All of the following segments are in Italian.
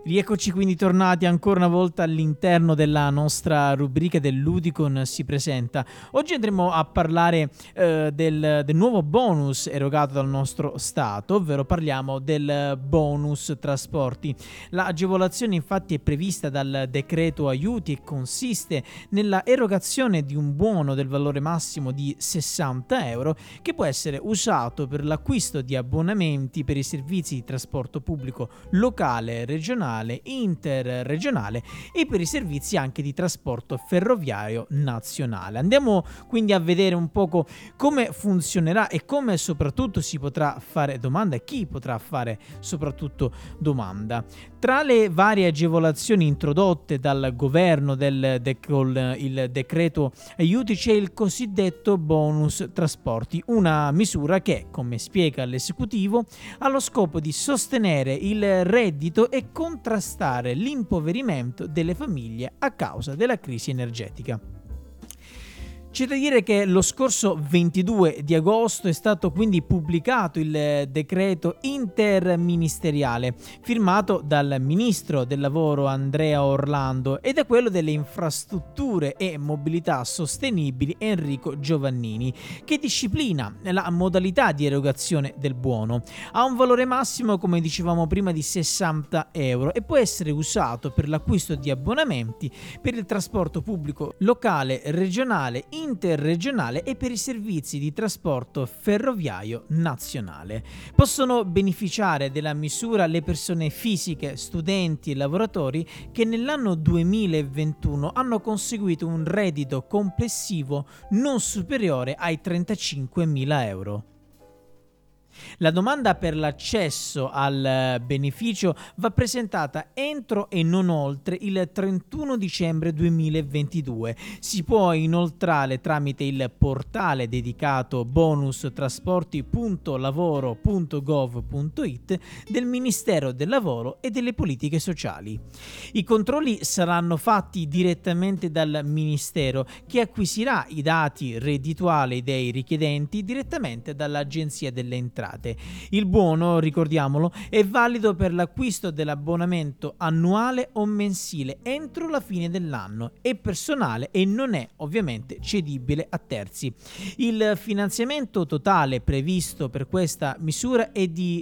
Rieccoci quindi tornati ancora una volta all'interno della nostra rubrica del Ludicon si presenta. Oggi andremo a parlare del nuovo bonus erogato dal nostro Stato, ovvero parliamo del bonus trasporti. L'agevolazione infatti è prevista dal decreto aiuti e consiste nella erogazione di un buono del valore massimo di 60 euro che può essere usato per l'acquisto di abbonamenti per i servizi di trasporto pubblico locale, regionale, interregionale e per i servizi anche di trasporto ferroviario nazionale. Andiamo quindi a vedere un poco come funzionerà e come soprattutto si potrà fare domanda e chi potrà fare soprattutto domanda. Tra le varie agevolazioni introdotte dal governo con il decreto aiuti c'è il cosiddetto bonus trasporti, una misura che, come spiega l'esecutivo, ha lo scopo di sostenere il reddito e contrastare l'impoverimento delle famiglie a causa della crisi energetica. C'è da dire che lo scorso 22 di agosto è stato quindi pubblicato il decreto interministeriale firmato dal ministro del lavoro Andrea Orlando e da quello delle infrastrutture e mobilità sostenibili Enrico Giovannini, che disciplina la modalità di erogazione del buono. Ha un valore massimo, come dicevamo prima, di 60 euro e può essere usato per l'acquisto di abbonamenti per il trasporto pubblico locale, regionale, interregionale e per i servizi di trasporto ferroviario nazionale. Possono beneficiare della misura le persone fisiche, studenti e lavoratori che nell'anno 2021 hanno conseguito un reddito complessivo non superiore ai 35.000 euro. La domanda per l'accesso al beneficio va presentata entro e non oltre il 31 dicembre 2022. Si può inoltrare tramite il portale dedicato bonustrasporti.lavoro.gov.it del Ministero del Lavoro e delle Politiche Sociali. I controlli saranno fatti direttamente dal Ministero, che acquisirà i dati reddituali dei richiedenti direttamente dall'Agenzia delle Entrate. Il buono, ricordiamolo, è valido per l'acquisto dell'abbonamento annuale o mensile entro la fine dell'anno, è personale e non è ovviamente cedibile a terzi. Il finanziamento totale previsto per questa misura è di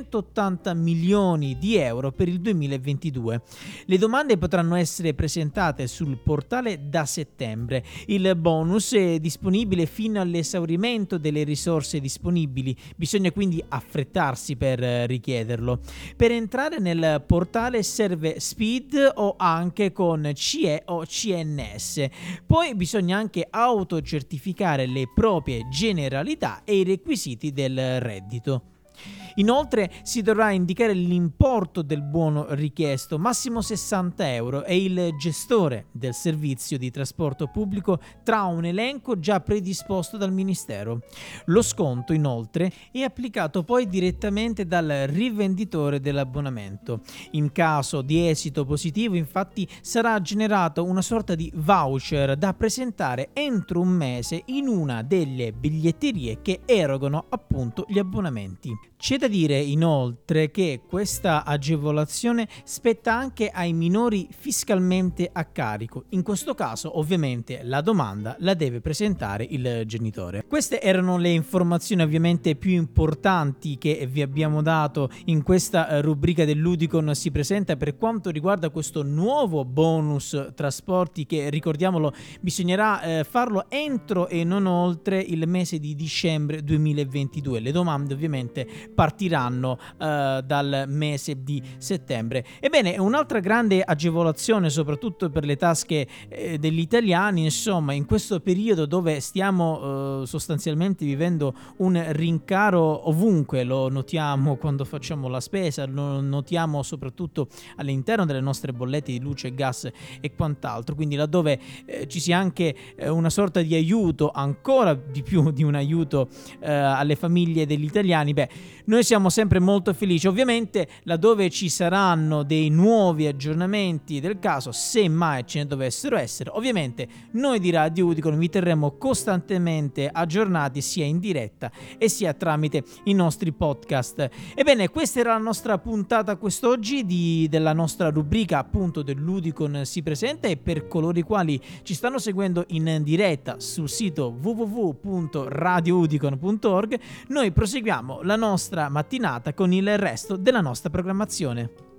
180 milioni di euro per il 2022. Le domande potranno essere presentate sul portale da settembre. Il bonus è disponibile fino all'esaurimento delle risorse disponibili. Bisogna quindi affrettarsi per richiederlo. Per entrare nel portale serve SPID o anche con CE o CNS. Poi bisogna anche autocertificare le proprie generalità e i requisiti del reddito. Inoltre si dovrà indicare l'importo del buono richiesto, massimo 60 euro, e il gestore del servizio di trasporto pubblico tra un elenco già predisposto dal Ministero. Lo sconto, inoltre, è applicato poi direttamente dal rivenditore dell'abbonamento. In caso di esito positivo, infatti, sarà generato una sorta di voucher da presentare entro un mese in una delle biglietterie che erogano appunto gli abbonamenti. C'è da dire inoltre che questa agevolazione spetta anche ai minori fiscalmente a carico. In questo caso, ovviamente, la domanda la deve presentare il genitore. Queste erano le informazioni ovviamente più importanti che vi abbiamo dato in questa rubrica del Ludicon si presenta per quanto riguarda questo nuovo bonus trasporti che, ricordiamolo, bisognerà farlo entro e non oltre il mese di dicembre 2022. Le domande ovviamente partiranno dal mese di settembre. Ebbene, un'altra grande agevolazione, soprattutto per le tasche degli italiani, insomma, in questo periodo dove stiamo sostanzialmente vivendo un rincaro ovunque, lo notiamo quando facciamo la spesa, lo notiamo soprattutto all'interno delle nostre bollette di luce, gas e quant'altro, quindi laddove ci sia anche una sorta di aiuto, ancora di più di un aiuto alle famiglie degli italiani, noi Noi siamo sempre molto felici, ovviamente laddove ci saranno dei nuovi aggiornamenti del caso, se mai ce ne dovessero essere, ovviamente noi di Radio Udicon vi terremo costantemente aggiornati sia in diretta e sia tramite i nostri podcast. Ebbene, questa era la nostra puntata quest'oggi della nostra rubrica appunto dell'Udicon si presenta, e per coloro i quali ci stanno seguendo in diretta sul sito www.radioudicon.org, noi proseguiamo la nostra mattinata con il resto della nostra programmazione.